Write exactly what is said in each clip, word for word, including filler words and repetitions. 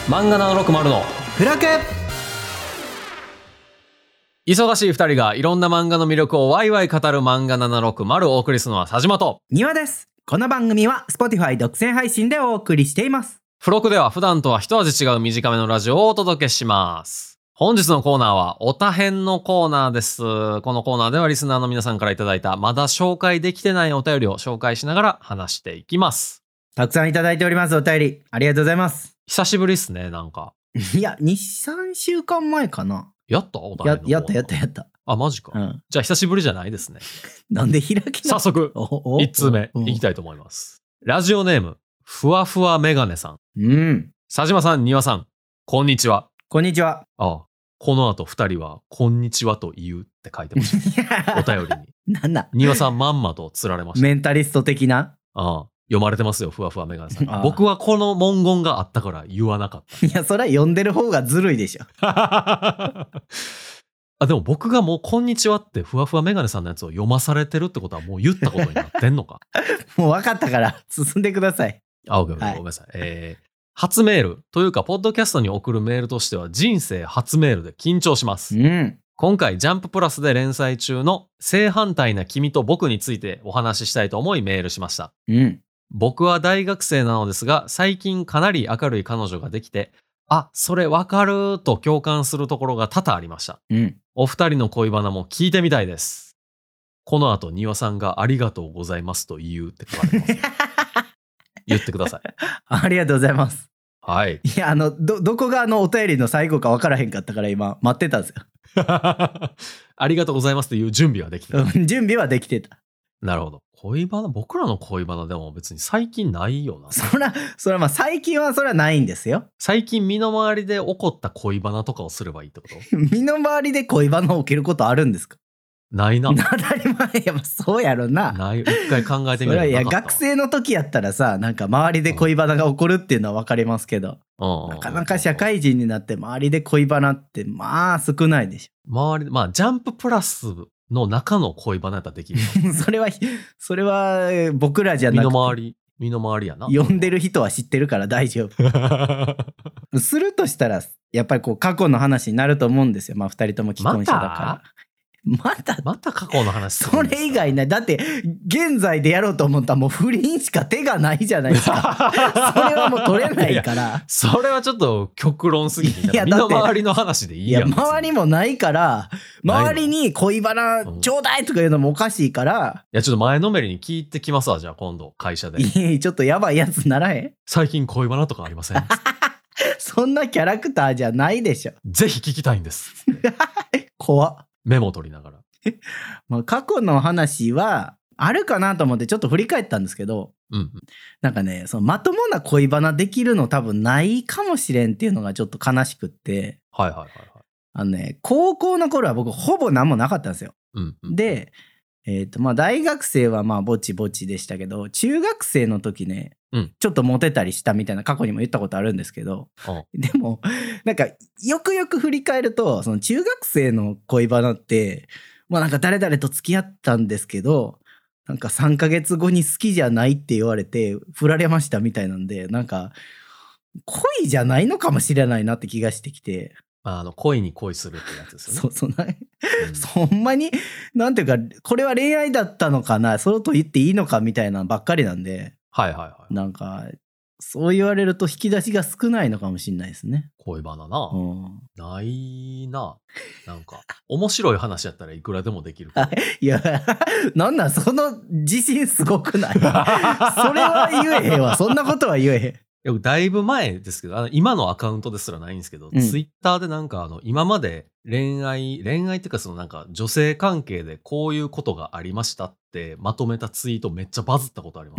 漫画ななろくまるのフラク忙しいふたりがいろんな漫画の魅力をワイワイ語る漫画ななろくまるをお送りするのは佐島と庭です。この番組は Spotify 独占配信でお送りしています。 付録では普段とは一味違う短めのラジオをお届けします。本日のコーナーはおた編のコーナーです。このコーナーではリスナーの皆さんからいただいたまだ紹介できてないお便りを紹介しながら話していきます。 たくさんいただいております。お便りありがとうございます。 久しぶりっすね。なんかいや に,さん 週間前かな。 やったおた編のコーナー。 やったやったやったあ、マジか、 うん、 じゃあ久しぶりじゃないですね。 なんで開きな。 早速いち通目いきたいと思います。ラジオネームふわふわメガネさん。 うん佐島さん、庭さん、こんにちは。 こんにちは。 ああ、この後二人はこんにちはと言うって書いてましたお便りに。 なんだ庭さんまんまと釣られました。 メンタリスト的な。 ああ、読まれてますよ、ふわふわメガネさん。僕はこの文言があったから言わなかった。 いや、それは読んでる方がずるいでしょ。 あ、でも僕がもうこんにちはってふわふわメガネさんのやつを読まされてるってことはもう言ったことになってんのか。 もう分かったから進んでください。 あ、オッケーオッケー、ごめんなさい。えー、初メールというかポッドキャストに送るメールとしては人生初メールで緊張します。 うん、 今回ジャンププラスで連載中の正反対な君と僕についてお話ししたいと思いメールしました。 うん、 僕は大学生なのですが、最近かなり明るい彼女ができて、あ、それわかると共感するところが多々ありました。 うん、 お二人の恋バナも聞いてみたいです。この後庭さんがありがとうございますと言うって書かれてます。言ってください。 ありがとうございます。 はい。 いや、あの、ど、どこがあのお便りの最後か分からへんかったから今待ってたんですよ。 ありがとうございますという準備はできてた。 準備はできてた。 なるほど。恋バナ、僕らの恋バナでも別に最近ないよな。 そら、そらまあ最近はそれはないんですよ。 最近身の回りで起こった恋バナとかをすればいいってこと？ 身の回りで恋バナ起きることあるんですか？ ないな。 当たり前や、そうやろな。 ない。一回考えてみる。 いや、学生の時やったらさ、なんか周りで恋バナが起こるっていうのは分かりますけど、うん、なかなか社会人になって周りで恋バナってまあ少ないでしょ。 周りで、まあジャンププラスの中の恋バナやったらできる。 それは、それは僕らじゃなくて。 身の回り、身の回りやな。 読んでる人は知ってるから大丈夫。するとしたら、やっぱりこう過去の話になると思うんですよ。まあ二人とも既婚者だから。またまた過去の話するんですか？それ以外ない。だって現在でやろうと思ったらもう不倫しか手がないじゃないですか。それはもう取れないから。いやそれはちょっと極論すぎて、身の回りの話でいいやん。 いや周りもないから、周りに恋バナちょうだいとか言うのもおかしいから。うん、いやちょっと前のめりに聞いてきますわ。じゃあ今度会社で。 いやちょっとやばいやつならへん？ 最近恋バナとかありません？ そんなキャラクターじゃないでしょ。 ぜひ聞きたいんです。 怖っ。 メモ取りながら。 まあ過去の話はあるかなと思ってちょっと振り返ったんですけど、うんうん、なんかね、そのまともな恋バナできるの多分ないかもしれんっていうのがちょっと悲しくって、 はいはいはいはい。 あのね、高校の頃は僕ほぼ何もなかったんですよ。うんうん、で、えーとまあ、大学生はまあぼちぼちでしたけど、中学生の時ね、うん、ちょっとモテたりしたみたいな過去にも言ったことあるんですけど、でもなんかよくよく振り返ると、その中学生の恋バナってまあなんか誰々と付き合ったんですけど、なんかさんかげつごに好きじゃないって言われて振られましたみたいなんで、なんか恋じゃないのかもしれないなって気がしてきて。 あの恋に恋するってやつですよね。 そうそうな、うん、そんなになんていうかこれは恋愛だったのかな、そうと言っていいのかみたいなばっかりなんで、 はいはいはい。 なんかそう言われると引き出しが少ないのかもしれないですね。 恋バナな、 うん、 ないな。なんか面白い話やったらいくらでもできるけど。 いやなんなんその自信すごくない？それは言えへんわ。そんなことは言えへん。 だいぶ前ですけど、あの今のアカウントですらないんですけど、うん、ツイッターでなんかあの今まで恋愛恋愛っていうかそのなんか女性関係でこういうことがありましたってまとめたツイートめっちゃバズったことあります。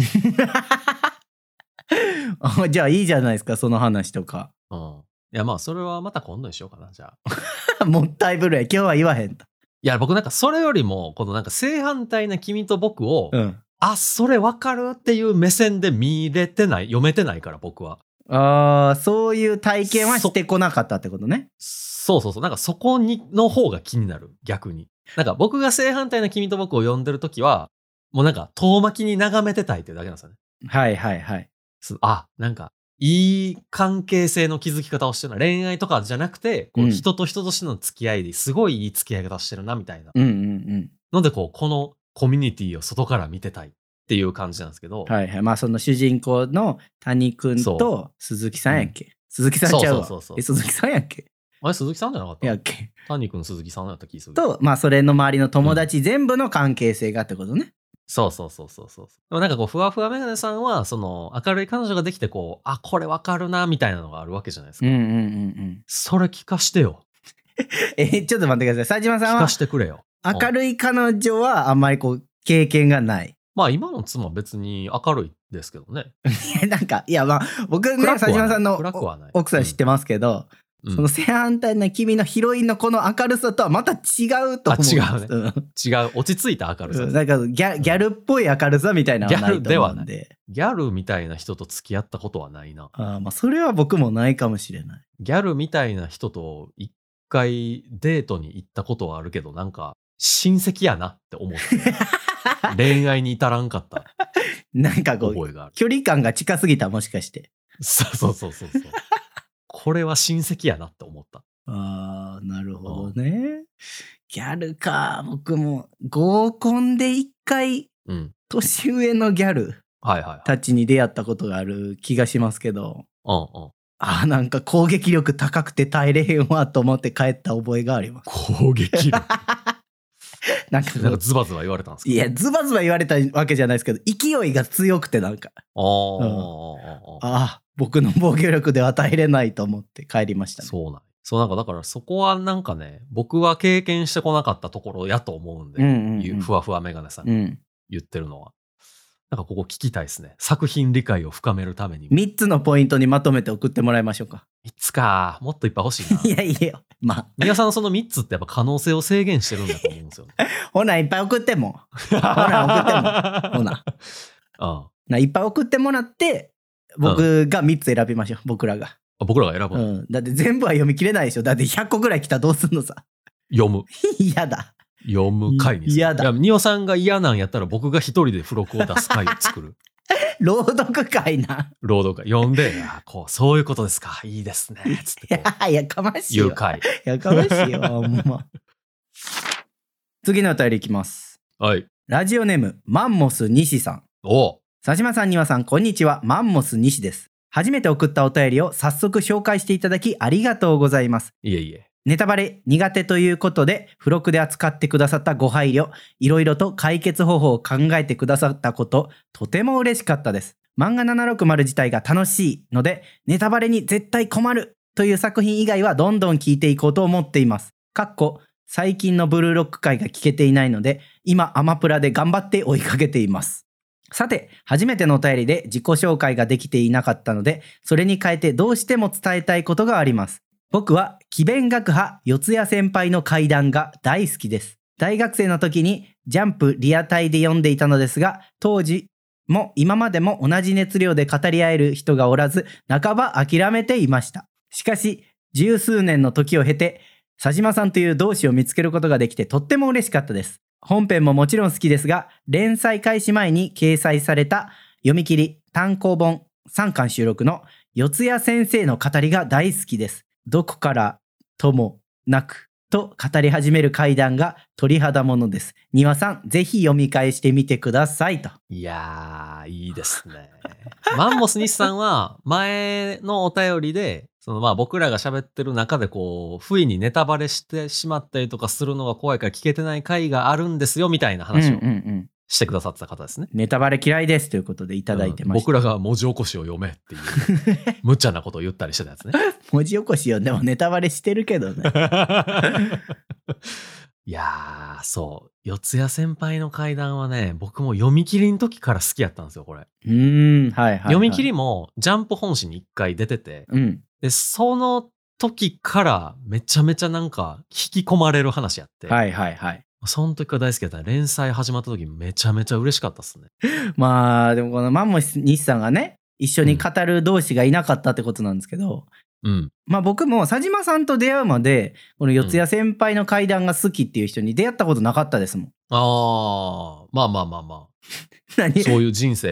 じゃあいいじゃないですか、その話とか。 うん。いやまあそれはまた今度にしようかな、じゃあ。もったいぶるや、今日は言わへんと。 いや僕なんかそれよりもこのなんか正反対な君と僕を、うん、あ、それわかるっていう目線で見れてない、読めてないから僕は。 ああ、そういう体験はしてこなかったってことね。 そ、そうそうそう。なんかそこにの方が気になる、逆に。なんか僕が正反対な君と僕を読んでるときは、もうなんか遠巻きに眺めてたいっていうだけなんですよね。 はいはいはい。 あ、なんかいい関係性の築き方をしてるな。恋愛とかじゃなくて、こう人と人としての付き合いですごいいい付き合い方してるな、みたいな。 うんうんうん。 ので、こう、このコミュニティを外から見てたいっていう感じなんですけど。 はいはい。まあ、その主人公の谷くんと鈴木さんやっけ、うん、鈴木さんちゃうわ。そうそうそうそう。え、鈴木さんやっけあれ、鈴木さんじゃなかったやっけ谷くん、鈴木さんやった気する。 と、まあ、それの周りの友達全部の関係性がってことね。うん、 そうそうそうそうそう。でもなんかこう、ふわふわメガネさんは、その、明るい彼女ができて、こう、あ、これわかるな、みたいなのがあるわけじゃないですか。 うんうんうんうん。 それ聞かしてよ。 え、ちょっと待ってください。佐島さんは、 聞かしてくれよ。 明るい彼女はあんまりこう、経験がない。 まあ、今の妻は別に明るいですけどね。 なんか、いや、まあ、僕ね、佐島さんの奥さん知ってますけど、 うん、 その正反対な君のヒロインのこの明るさとはまた違うと思う。 あ、違うね。違う。落ち着いた明るさ。 なんかギャ、ギャルっぽい明るさみたいなのはないと思うんで。 ギャルではない。ギャルみたいな人と付き合ったことはないな。 あ、まあ、それは僕もないかもしれない。 ギャルみたいな人と一回デートに行ったことはあるけど、なんか親戚やなって思って。恋愛に至らんかった。 なんかこう、距離感が近すぎた、もしかして。 そうそうそうそうそう。これは親戚やなって思った。 ああ、なるほどね。ギャルか。僕も合コンで一回、年上のギャルたちに出会ったことがある気がしますけど。 うんうん。 ああ、なんか攻撃力高くて耐えれへんわと思って帰った覚えがあります。 攻撃力なんか、 なんかズバズバ言われたんですか？ いや、ズバズバ言われたわけじゃないですけど、勢いが強くてなんか。 あ、うん、 ああ、僕の防御力では耐えれないと思って帰りましたね。 そうなん。そうなんかだからそこはなんかね、僕は経験してこなかったところやと思うんで、 うんうんうん、 ふわふわメガネさんが言ってるのは。うん、なんかここ聞きたいですね。作品理解を深めるために。 みっつのポイントにまとめて送ってもらいましょうか。 みっつか。もっといっぱい欲しいな。 いやいや、まあ。 皆さんのそのみっつってやっぱ可能性を制限してるんだと思うんですよね。 ほな、いっぱい送っても。ほな、送っても。ほな。 ああないっぱい送ってもらって、僕がみっつ選びましょう。僕らが。 僕らが選ぶ、 うん。だって全部は読み切れないでしょ。だってひゃっこぐらい来たらどうすんのさ。 読む。 嫌だ。 読む回にする。 嫌だ。 いや、ニオさんが嫌なんやったら僕が一人で付録を出す回を作る。 朗読会な。 朗読会。読んで、あ、こう、そういうことですか。いいですね。つってこう。いや、やかましいよ。 言う回。 やかましいよ。ほんま。次のお便りいきます。 はい。 ラジオネーム、マンモス西さん。 おう。 佐島さん、庭さん、こんにちは。マンモス西です。初めて送ったお便りを早速紹介していただきありがとうございます。 いえいえ。 ネタバレ苦手ということで付録で扱ってくださったご配慮、いろいろと解決方法を考えてくださったこと、とても嬉しかったです。漫画ななひゃくろくじ自体が楽しいので、ネタバレに絶対困るという作品以外はどんどん聞いていこうと思っています。かっこ最近のブルーロック回が聞けていないので、今アマプラで頑張って追いかけています。さて、初めてのお便りで自己紹介ができていなかったので、それに変えてどうしても伝えたいことがあります。僕は奇弁学派四谷先輩の怪談が大好きです。大学生の時にジャンプリアタイで読んでいたのですが、当時も今までも同じ熱量で語り合える人がおらず、半ば諦めていました。しかし、十数年の時を経て、佐島さんという同志を見つけることができてとっても嬉しかったです。本編ももちろん好きですが、連載開始前に掲載された読み切り単行本さんかん収録の四谷先生の語りが大好きです。どこからともなくと語り始める怪談が鳥肌ものです。庭さん、ぜひ読み返してみてくださいと。 いやー、いいですね。マンモス西さんは前のお便りで、そのまあ僕らが喋ってる中でこう不意にネタバレしてしまったりとかするのが怖いから聞けてない回があるんですよみたいな話をしてくださってた方ですね。 ネタバレ嫌いですということでいただいてました、 うん、僕らが文字起こしを読めっていう無茶なことを言ったりしてたやつね。 文字起こしよ、でもネタバレしてるけどね。 いやー、そう四谷先輩の怪談はね、僕も読み切りの時から好きやったんですよこれ。 うーん、はいはい、はい、 読み切りもジャンプ本誌に一回出てて、 うん、 でその時からめちゃめちゃなんか引き込まれる話やって、 はいはいはい。 その時から大好きだったら連載始まった時めちゃめちゃ嬉しかったっすね。 まあでもこのマンモス西さんがね、一緒に語る同士がいなかったってことなんですけど、 うん、 まあ僕も佐島さんと出会うまでこの四谷先輩の怪談が好きっていう人に出会ったことなかったですもん。 ああ、まあまあまあまあ何そういう人生を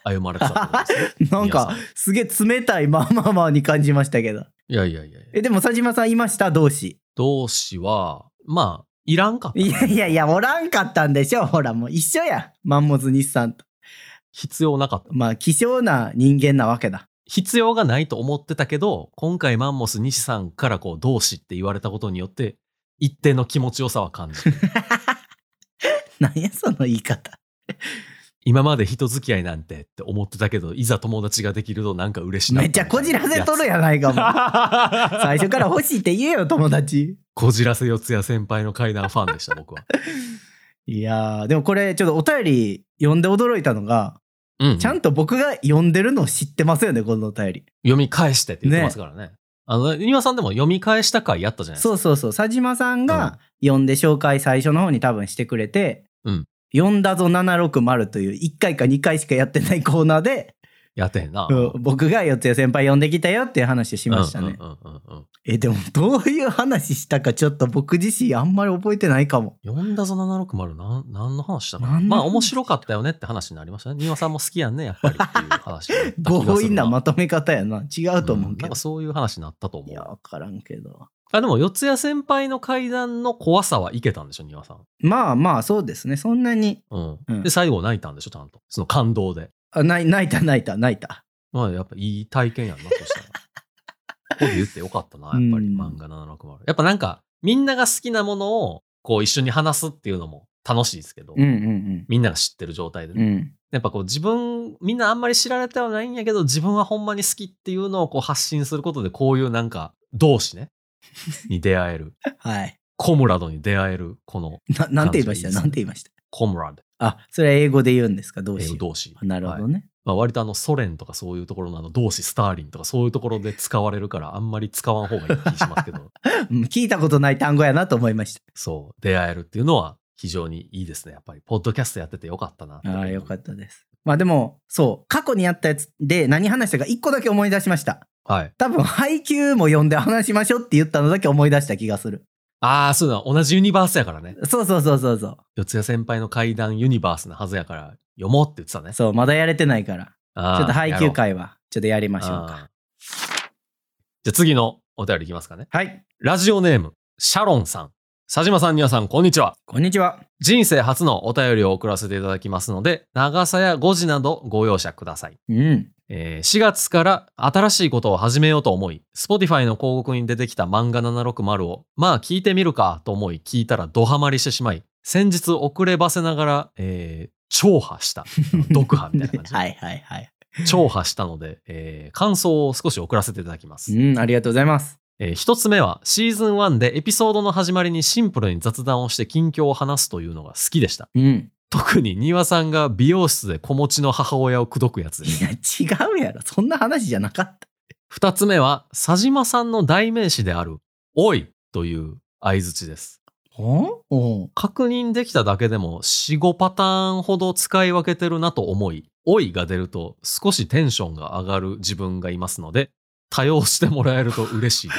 歩まれてたってことですね。 なんかすげえ冷たいまあまあまあに感じましたけど。 いやいやいやいや。 え、でも佐島さんいました同志。 同志は、まあ、いらんかった。 いやいやいや、おらんかったんでしょ。ほら、もう一緒や。マンモス日産と。 必要なかった。 まあ、希少な人間なわけだ。 必要がないと思ってたけど、今回マンモス西さんからこう、同志って言われたことによって、一定の気持ちよさは感じる。 何やその言い方。 今まで人付き合いなんてって思ってたけど、いざ友達ができるとなんか嬉しいな。 めっちゃこじらせとるやないかも。最初から欲しいって言えよ、友達。 こじらせ四谷先輩の怪談ファンでした、僕は。 いやー、でもこれちょっとお便り読んで驚いたのが、うんうん、ちゃんと僕が読んでるのを知ってますよね、このお便り。 読み返してって言ってますからね。ね、あの、庭さんでも読み返した回やったじゃないですか。 そうそうそう。佐島さんが読んで紹介最初の方に多分してくれて、うん、読んだぞななろくまるといういっかいかにかいしかやってないコーナーで、 やってんな。 うん、僕が四谷先輩読んできたよっていう話をしましたね。え、でもどういう話したかちょっと僕自身あんまり覚えてないかも。 読んだぞななろくまるな、何の話したかな。まあ面白かったよねって話になりましたね。庭さんも好きやんね、やっぱりっていう話。 強引なまとめ方やな。違うと思うけど。うん、 なんかそういう話になったと思う。 いや、わからんけど。 あ、でも四谷先輩の階段の怖さはいけたんでしょ、庭さん。 まあまあそうですね。そんなに。 うん。うん、で、最後泣いたんでしょ、ちゃんと。その感動で。 あ、泣いた泣いた泣いた。 まあやっぱいい体験やんな、そしたら。ここで言ってよかったな、やっぱり、漫画ななろくまる。やっぱなんか、みんなが好きなものを、こう一緒に話すっていうのも楽しいですけど、うんうんうん、みんなが知ってる状態でね。うん、やっぱこう自分、みんなあんまり知られてはないんやけど、自分はほんまに好きっていうのをこう発信することで、こういうなんか、同志ね、に出会える。はい。コムラドに出会える、この、 な。なんて言いましたなんて言いましたコムラド。 あ、それは英語で言うんですか同志。 英語同志。 なるほどね。はい、 まあ、割とあのソ連とかそういうところのあの同志スターリンとかそういうところで使われるからあんまり使わん方がいい気しますけど聞いたことない単語やなと思いました。 そう出会えるっていうのは非常にいいですね。やっぱりポッドキャストやっててよかったな。 ああよかったです。まあでもそう過去にやったやつで何話したかいっこだけ思い出しました。はい。多分配給も読んで話しましょうって言ったのだけ思い出した気がする。ああ、そうだ、同じユニバースやからね。 そうそうそうそうそう。 四谷先輩の怪談ユニバースなはずやから読もうって言ってたね。 そうまだやれてないから。ちょっと配給会はちょっとやりましょうか。 じゃあ次のお便りいきますかね。 はい。 ラジオネームシャロンさん。佐島さん、庭さん、こんにちは。 こんにちは。 人生初のお便りを送らせていただきますので、長さや語字などご容赦ください。うん。えー、しがつから新しいことを始めようと思い、Spotify の広告に出てきた漫画ななろくまるを、まあ聞いてみるかと思い聞いたらドハマりしてしまい、先日遅ればせながら、えー、超破した。読破みたいな感じ。 はいはいはい。 超破したので、えー、感想を少し送らせていただきます。 うん、ありがとうございます。 えー、一つ目はシーズンワンでエピソードの始まりにシンプルに雑談をして近況を話すというのが好きでした。うん。特に庭さんが美容室で子持ちの母親を口説くやつです。 いや違うやろ。そんな話じゃなかった。 二つ目は佐島さんの代名詞であるおいという相槌です。確認できただけでも よん、ごパターンほど使い分けてるなと思い、おいが出ると少しテンションが上がる自分がいますので、多用してもらえると嬉しいです。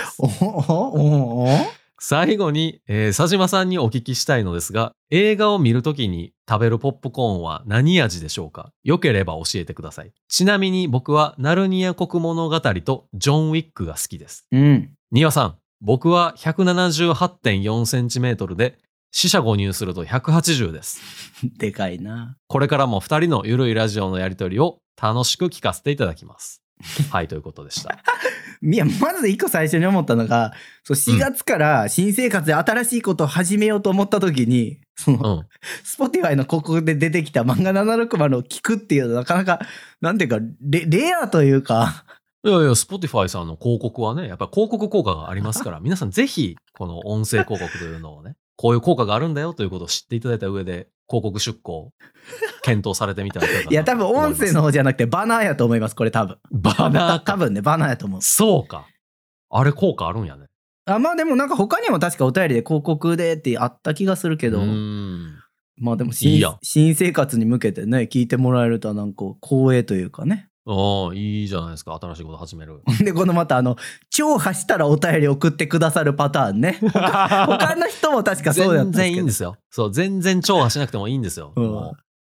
最後に、えー、佐島さんにお聞きしたいのですが、映画を見るときに食べるポップコーンは何味でしょうか？よければ教えてください。ちなみに僕はナルニア国物語とジョン・ウィックが好きです。うん。庭さん、僕は ひゃくななじゅうはちてんよんセンチメートルで、四捨五入するとひゃくはちじゅうです。 でかいな。これからもふたりのゆるいラジオのやりとりを楽しく聞かせていただきます。はい、ということでした。 いや、まず一個最初に思ったのが、そうしがつから新生活で新しいことを始めようと思った時に、その、うん、Spotify の広告で出てきた漫画ななろくまるを聞くっていうのはなかなか、なんていうか、レ、レアというか。 いやいや、Spotify さんの広告はね、やっぱり広告効果がありますから、皆さんぜひ、この音声広告というのをね、こういう効果があるんだよということを知っていただいた上で、広告出稿検討されてみたらいかがかな。 いや多分音声の方じゃなくてバナーやと思います。これ多分バナー多分ねバナーやと思う。 そうか、あれ効果あるんやね。 あまあでもなんか他にも確かお便りで広告でってあった気がするけど、うーんまあでも新、いい新生活に向けてね聞いてもらえるとなんか光栄というかね。 ああ、いいじゃないですか。新しいこと始める。 で、このまたあの、超破したらお便り送ってくださるパターンね。他, 他の人も確かそうだったんですけど。 全然いいんですよ。そう、全然超破しなくてもいいんですよ。うん、もう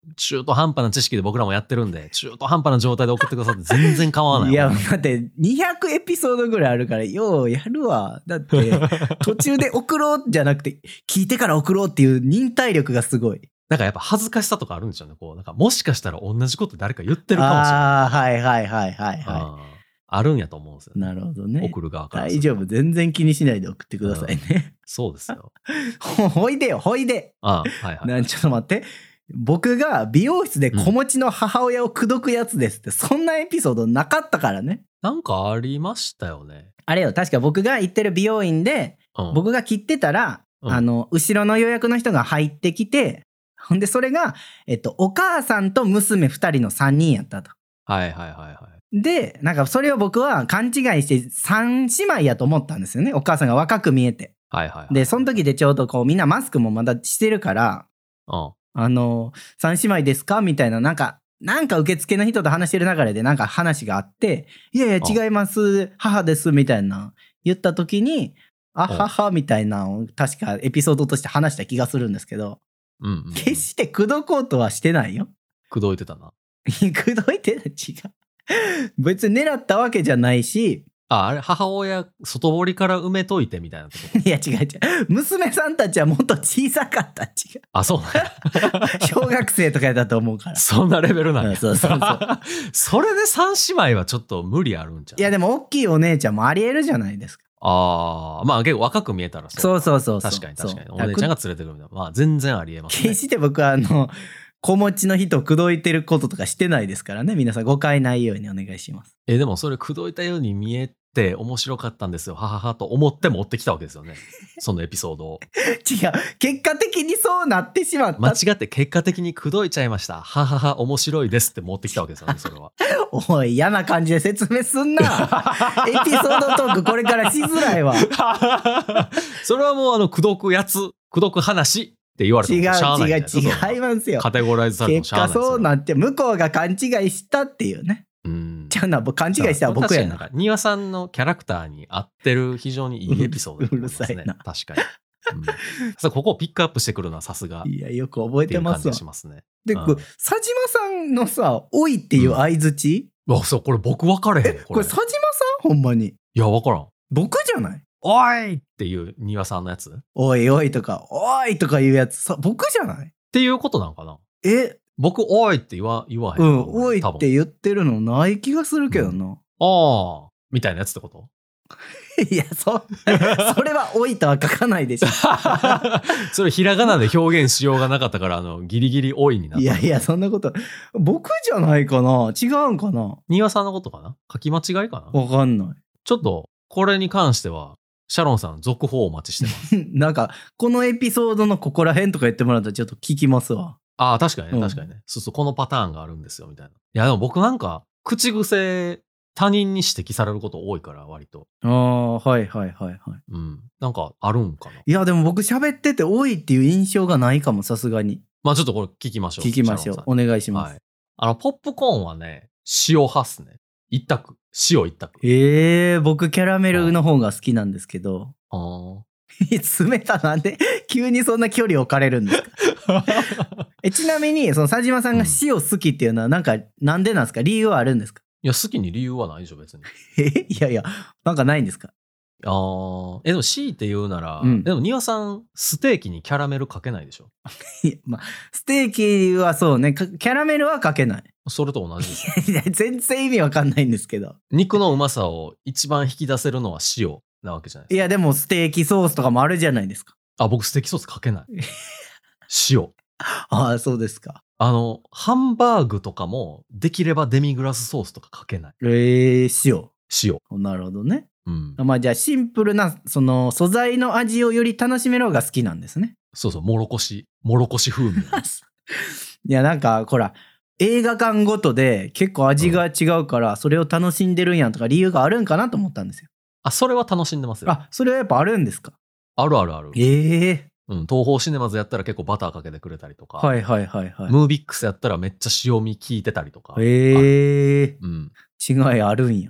中途半端な知識で僕らもやってるんで、中途半端な状態で送ってくださって全然構わない。 いや、だってにひゃくエピソードぐらいあるから、ようやるわ。だって、途中で送ろうじゃなくて、聞いてから送ろうっていう忍耐力がすごい。 なんかやっぱ恥ずかしさとかあるんでしょうね。こう、なんかもしかしたら同じこと誰か言ってるかもしれない。 ああ、はいはいはいはいはい。 あるんやと思うんですよ、ね。 なるほどね。 送る側から。 大丈夫。全然気にしないで送ってくださいね。うん、 そうですよ。 ほいでよ、ほいで。 ああ、はいはい。 なんちょっと待って。僕が美容室で子持ちの母親を口説くやつですって、うん、そんなエピソードなかったからね。 なんかありましたよね。 あれよ、確か僕が行ってる美容院で、うん、僕が切ってたら、うん、あの、後ろの予約の人が入ってきて、ほんで、それが、えっと、お母さんと娘二人の三人やったと。 はいはいはいはい。 で、なんかそれを僕は勘違いして三姉妹やと思ったんですよね。お母さんが若く見えて。 はいはい、はい。 で、その時でちょうどこうみんなマスクもまだしてるから、うん、あの、三姉妹ですかみたいな、なんか、なんか受付の人と話してる流れでなんか話があって、いやいや違います、母ですみたいな言った時に、あははみたいなのを確かエピソードとして話した気がするんですけど、うんうんうん、決して口説こうとはしてないよ。 口説いてたな。 口説いてた違う。別に狙ったわけじゃないし。 あ、あれ母親外堀から埋めといてみたいなとこ。 いや違う違う。娘さんたちはもっと小さかった。違う。 あ、そうなんや。 小学生とかだと思うから。 そんなレベルなんや。 うん、そうそうそう。 それで三姉妹はちょっと無理あるんちゃう？ いやでも大きいお姉ちゃんもありえるじゃないですか。 ああ、まあ結構若く見えたらそう。そうそうそう。 確かに確かに。お姉ちゃんが連れてくるみたいな。まあ全然ありえますね。 決して僕はあの、子持ちの人を口説いてることとかしてないですからね。皆さん誤解ないようにお願いします。 え、でもそれ口説いたように見えて面白かったんですよ。はははと思って持ってきたわけですよね。そのエピソードを。 違う。結果的にそうなってしまった。 間違って結果的に口説いちゃいました。ははは面白いですって持ってきたわけですよね、それは。 おい、嫌な感じで説明すんな。エピソードトークこれからしづらいわ。 それはもうあの、口説くやつ、口説く話。って言われてもしゃあない。違う違う違いますよ。 カテゴライズされてもしゃあない。 結果そうなって向こうが勘違いしたっていうね。うん。じゃあな、勘違いしたら僕やな。 庭さんのキャラクターに合ってる非常にいいエピソード、ね、 うるさいな。 確かに。うん、さここをピックアップしてくるのはさすが。 いや、よく覚えてますわ。 しますね。 で、うん、佐島さんのさ、おいっていう相づち、 うん、あ、そう、これ僕分かれへん。 え、これ佐島さんほんまに。 いや、分からん。 僕じゃない？ おいっていう庭さんのやつ？ おいおいとか、おいとかいうやつ、さ、僕じゃない？ っていうことなのかな？え？僕、おいって言わ、言わへん。 うん、おいって言ってるのない気がするけどな。うん、 ああ、みたいなやつってこと？ いや、そ、それはおいとは書かないでしょ。 それひらがなで表現しようがなかったから、あの、ギリギリおいになった。 いやいや、そんなこと。僕じゃないかな？違うんかな？ 庭さんのことかな？書き間違いかな？ わかんない。 ちょっと、これに関しては、シャロンさん、続報をお待ちしてます。 なんか、このエピソードのここら辺とか言ってもらったらちょっと聞きますわ。 ああ、確かにね、確かにね、うん。そうそう、このパターンがあるんですよ、みたいな。いや、でも僕なんか、口癖、他人に指摘されること多いから、割と。 ああ、はいはいはいはい。 うん。なんか、あるんかな。 いや、でも僕喋ってて多いっていう印象がないかも、さすがに。 まあちょっとこれ聞きましょう。 聞きましょう。お願いします。はい。 あの、ポップコーンはね、塩派っすね。一択。塩一択。 ええー、僕キャラメルの方が好きなんですけど。 ああ。 冷たなんで急にそんな距離置かれるんですか？え、ちなみにその佐島さんが塩好きっていうのはなんか、なんでなんですか？理由はあるんですか？ いや、好きに理由はないでしょ、別に。 え、いやいや、なんかないんですか？ ああ、え、でも強いて言うなら、うん、でも庭さんステーキにキャラメルかけないでしょ？ いや、まあ、ステーキはそうね、キャラメルはかけない。 それと同じです。 いや、全然意味わかんないんですけど。 肉のうまさを一番引き出せるのは塩なわけじゃないですか。 いや、でもステーキソースとかもあるじゃないですか。 あ、僕ステーキソースかけない。塩。 ああ、そうですか。 あの、ハンバーグとかも、できればデミグラスソースとかかけない。 えー、塩。 塩。 なるほどね。 うん。 まあじゃあシンプルな、その素材の味をより楽しめる方が好きなんですね。 そうそう、もろこし。もろこし風味。いや、なんか、ほら、映画館ごとで結構味が違うから、うん、それを楽しんでるんやんとか理由があるんかなと思ったんですよ。 あ、それは楽しんでますよ。 あ、それはやっぱあるんですか？ あるあるある。 ええー。うん、東宝シネマズやったら結構バターかけてくれたりとか。 はいはいはいはい。 ムービックスやったらめっちゃ塩味効いてたりとか。 ええー。 うん。 違いあるんや。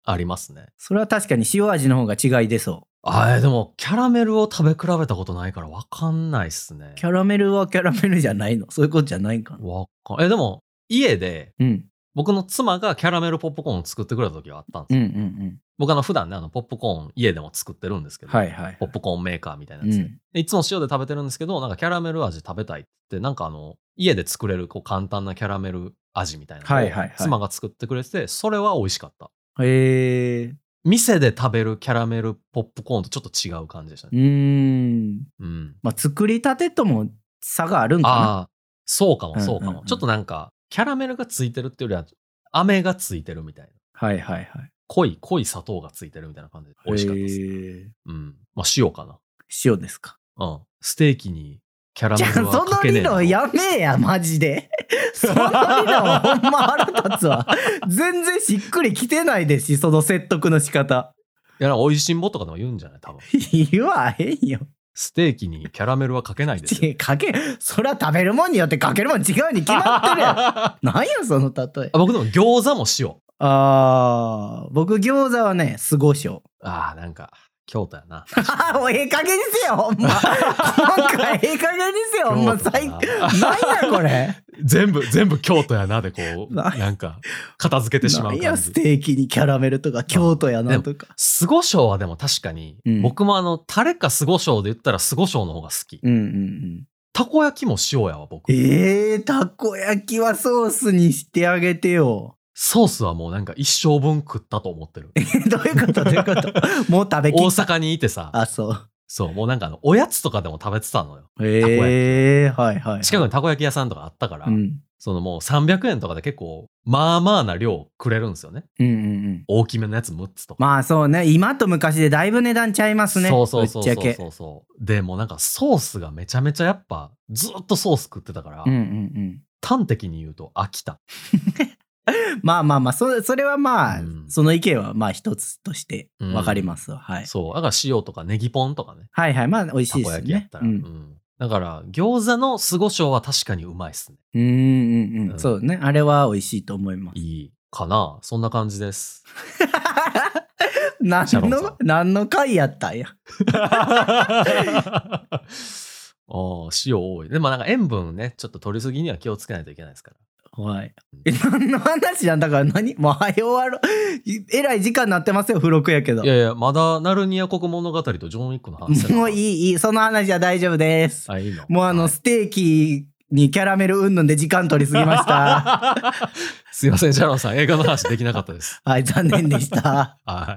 ありますね。 それは確かに塩味の方が違い出そう。 あ、でもキャラメルを食べ比べたことないから分かんないっすね。 キャラメルはキャラメルじゃないの？そういうことじゃないんかな。 わかんえでも家で、 うん、 僕の妻がキャラメルポップコーンを作ってくれた時があったんですよ。 うんうんうん、 僕あの普段ねあのポップコーン家でも作ってるんですけど、 はいはいはい、 ポップコーンメーカーみたいなやつで、うん、でいつも塩で食べてるんですけど、なんかキャラメル味食べたいってなんかあの家で作れるこう簡単なキャラメル味みたいなのを妻が作ってくれてて、それは美味しかった。 へえ。 店で食べるキャラメルポップコーンとちょっと違う感じでしたね。 うーん。うん。まあ作りたてとも差があるんかな。ああ、 そうかもそうかも、うんうんうん。ちょっとなんかキャラメルがついてるっていうよりは飴がついてるみたいな。 はいはいはい。 濃い濃い砂糖がついてるみたいな感じで美味しかったです。へえ。うん。まあ塩かな。 塩ですか。 うん。ステーキにキャラメルはかけねえな。 その理論やめえやマジで。その理論ほんま腹立つわ。全然しっくりきてないですし、その説得の仕方。 いや、おいしんぼとかでも言うんじゃない多分。 言わへんよ。 ステーキにキャラメルはかけないですよ。 かけ、それは食べるもんによってかけるもん違うに決まってるやん。何やその例え。 あ、僕でも餃子も塩。 あー、僕餃子はね、酢胡椒。 あー、なんか京都やな。 もうええ加減にせよ、ほんま。今回ええ加減にせよ、ほんま。最何やこれ。 全部、全部京都やなでこう、なんか、片付けてしまう感じ。 何やステーキにキャラメルとか、京都やなとか。 酢胡椒はでも確かに、うん、僕もあの、タレか酢胡椒で言ったら酢胡椒の方が好き。うんうんうん。たこ焼きも塩やわ、僕。 ええー、たこ焼きはソースにしてあげてよ。 ソースはもうなんか一生分食ったと思ってる。 どういうことどういうこともう食べきった。 大阪にいてさ。 あ、そう。 そう、もうなんかあの、おやつとかでも食べてたのよ。 へえー、はいはい、はい。 近くにたこ焼き屋さんとかあったから、うん、そのもうさんびゃくえんとかで結構、まあまあな量くれるんですよね。うんうんうん。大きめのやつむっつとか。 まあそうね、今と昔でだいぶ値段ちゃいますね。 そうそうそうそうそうそう。で、もうなんかソースがめちゃめちゃやっぱ、ずっとソース食ってたから、うんうんうん、端的に言うと飽きた。 まあまあまあ、それ、それはまあ、うん、その意見はまあ一つとしてわかりますわ、うん、はい。 そう。だから塩とかネギポンとかね。 はいはい。まあ美味しいですね。たこ焼きやったら。 うん。うん、だから餃子の酢胡椒は確かにうまいっすね。 うんうんうん。そうね。あれは美味しいと思います。 いいかな。そんな感じです。 何の、何の回やったんや。 ああ、塩多い。でもなんか塩分ね、ちょっと取りすぎには気をつけないといけないですから。 はい。え、何の話なんだから何もう早終わる。えらい時間になってますよ、付録やけど。 いやいや、まだナルニア国物語とジョン・ウィックの話。 もういい、いい。その話は大丈夫です。 あ、いいの？ もうあの、はい、ステーキにキャラメルうんぬんで時間取りすぎました。 すいません、シャロンさん、映画の話できなかったです。 はい、残念でした。 はい。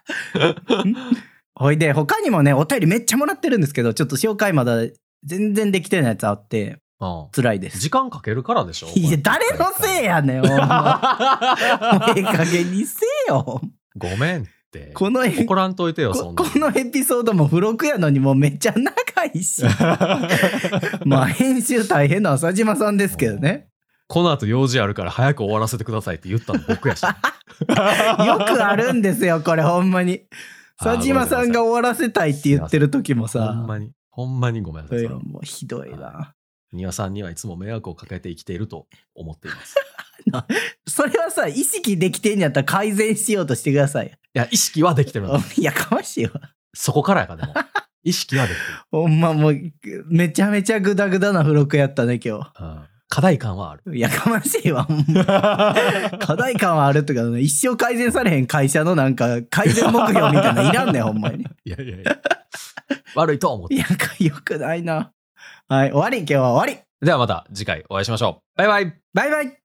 ほいで、他にもね、お便りめっちゃもらってるんですけど、ちょっと紹介まだ全然できてないやつあって、辛いです。 時間かけるからでしょ。 いや、誰のせいやねん、お前。もうええ加減にせよ。 ごめんって。この怒らんといてよ、そんな。 このエピソードも付録やのにもうめっちゃ長いし。まあ、編集大変な佐島さんですけどね。 この後用事あるから早く終わらせてくださいって言ったの僕やし。よくあるんですよ、これほんまに。佐島さんが終わらせたいって言ってる時もさ。 ほんまに、ほんまにごめんなさい。 もうひどいな。 庭さんにはいつも迷惑をかけて生きていると思っています。 それはさ、意識できてんやったら改善しようとしてください。いや、意識はできてるの。 いや、かましいわ。 そこからやから、でも。意識はできてる。 ほんまもう、めちゃめちゃグダグダな付録やったね、今日。 うん課題感はある。 いや、かましいわ。課題感はあるってか、ね、一生改善されへん会社のなんか改善目標みたいなのいらんねん、ほんまに。 いやいやいや。悪いと思って。 いや、よくないな。はい、終わり。今日は終わり。 ではまた次回お会いしましょう。バイバイ。 バイバイ。